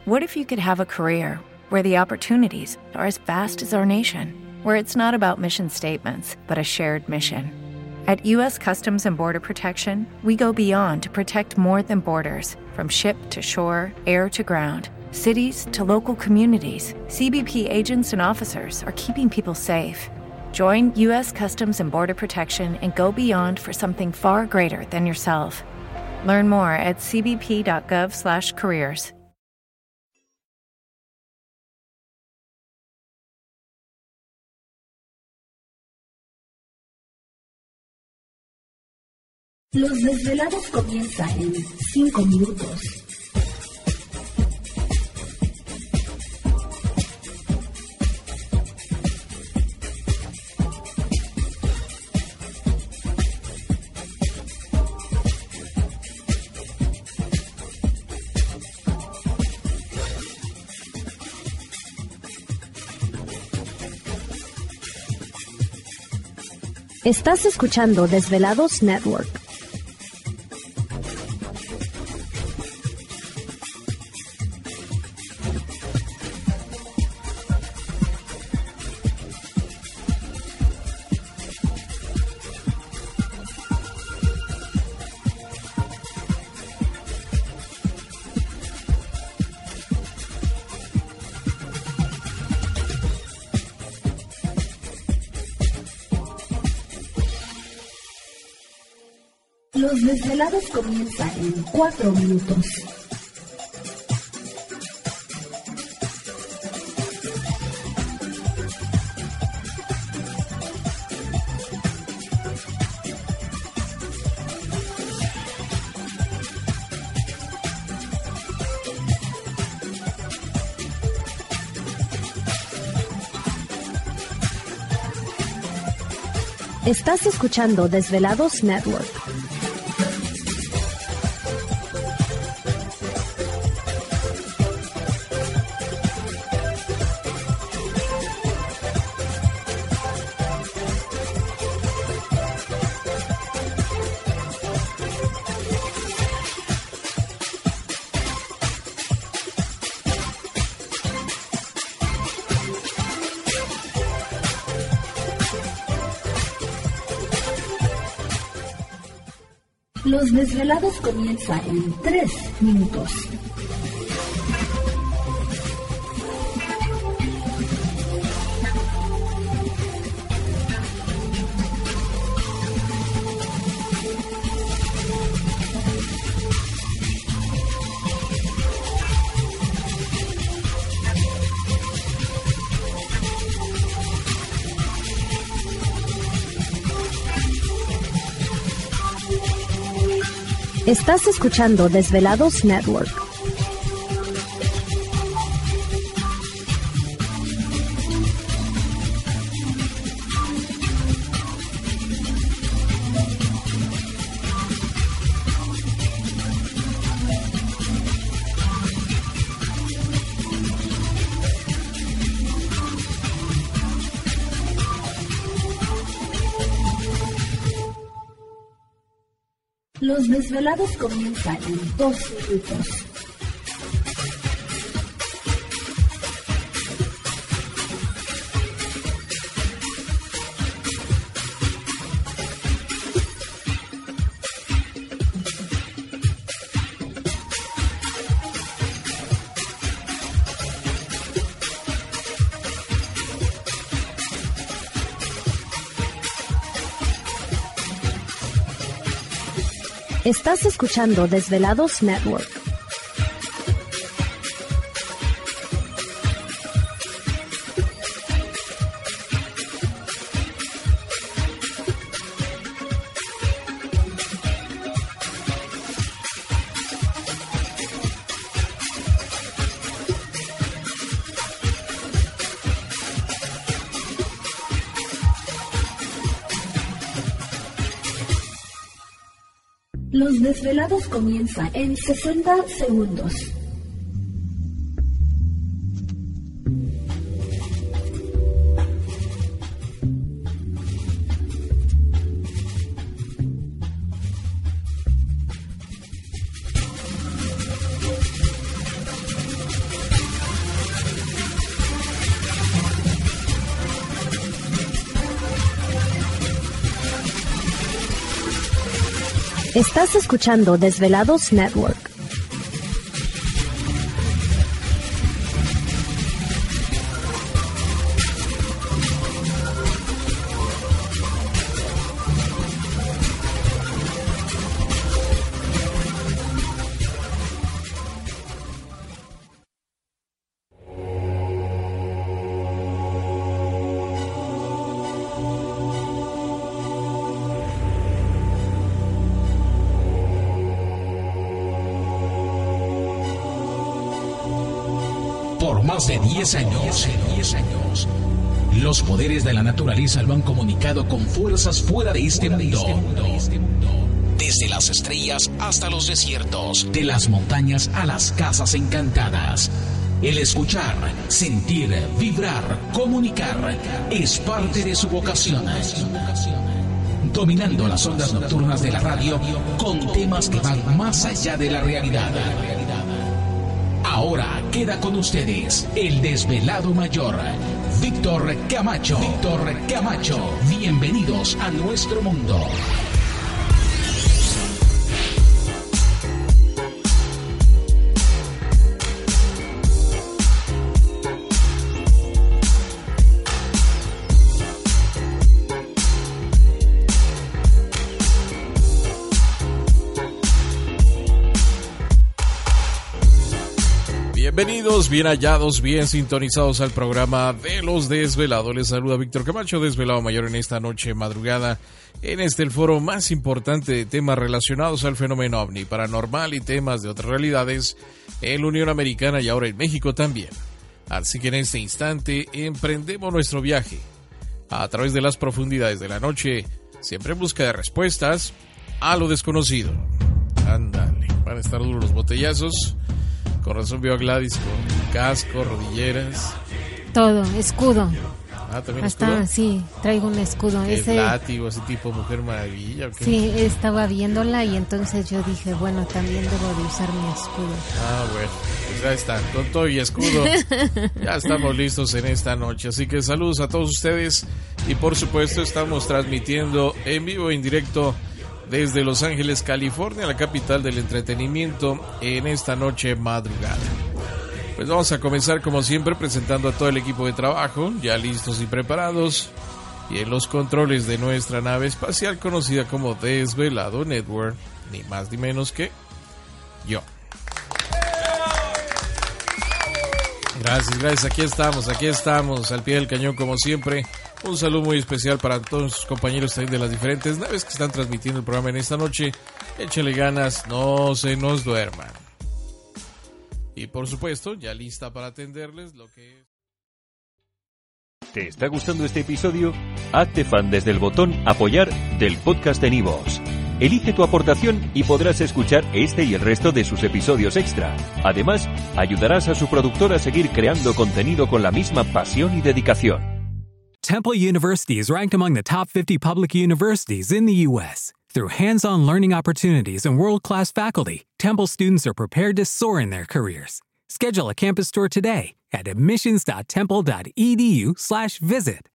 What if you could have a career where the opportunities are as vast as our nation, where it's not about mission statements, but a shared mission? At U.S. Customs and Border Protection, we go beyond to protect more than borders. From ship to shore, air to ground, cities to local communities, CBP agents and officers are keeping people safe. Join U.S. Customs and Border Protection and go beyond for something far greater than yourself. Learn more at cbp.gov/careers. Los Desvelados comienza en 5 minutos. Estás escuchando Desvelados Network. Los Desvelados comienza en 4 minutos. Estás escuchando Desvelados Network. Los Desvelados comienza en 3 minutos. Estás escuchando Desvelados Network. Los Desvelados comienzan en 2 minutos. Estás escuchando Desvelados Network. Los Desvelados comienza en 60 segundos. Estás escuchando Desvelados Network. Por más de 10 años, los poderes de la naturaleza lo han comunicado con fuerzas fuera de este mundo. Desde las estrellas hasta los desiertos, de las montañas a las casas encantadas. El escuchar, sentir, vibrar, comunicar es parte de su vocación. Dominando las ondas nocturnas de la radio con temas que van más allá de la realidad. Ahora queda con ustedes el desvelado mayor, Víctor Camacho. Bienvenidos a nuestro mundo. Bienvenidos, bien hallados, bien sintonizados al programa de Los Desvelados. Les saluda Víctor Camacho, desvelado mayor en esta noche madrugada, en el foro más importante de temas relacionados al fenómeno ovni, paranormal y temas de otras realidades en la Unión Americana y ahora en México también. Así que en este instante emprendemos nuestro viaje a través de las profundidades de la noche, siempre en busca de respuestas a lo desconocido. Ándale, van a estar duros los botellazos. Con razón veo a Gladys con casco, rodilleras. Todo, escudo. Ah, ¿también hasta escudo? Sí, traigo un escudo. Ese látigo, así tipo Mujer Maravilla, ¿o qué? Sí, estaba viéndola y entonces yo dije, bueno, también debo de usar mi escudo. Ah, bueno, pues ya está, con todo y escudo. Ya estamos listos en esta noche, así que saludos a todos ustedes. Y por supuesto estamos transmitiendo en vivo e en directo desde Los Ángeles, California, la capital del entretenimiento, en esta noche madrugada. Pues vamos a comenzar como siempre presentando a todo el equipo de trabajo, ya listos y preparados, y en los controles de nuestra nave espacial conocida como Desvelado Network, ni más ni menos que yo. Gracias, aquí estamos, al pie del cañón como siempre. Un saludo muy especial para todos nuestros compañeros también de las diferentes naves que están transmitiendo el programa en esta noche. Échale ganas, no se nos duerman. Y por supuesto, ya lista para atenderles lo que es. ¿Te está gustando este episodio? Hazte fan desde el botón Apoyar del podcast de iVoox. Elige tu aportación y podrás escuchar este y el resto de sus episodios extra. Además, ayudarás a su productor a seguir creando contenido con la misma pasión y dedicación. Temple University is ranked among the top 50 public universities in the U.S. Through hands-on learning opportunities and world-class faculty, Temple students are prepared to soar in their careers. Schedule a campus tour today at admissions.temple.edu/visit.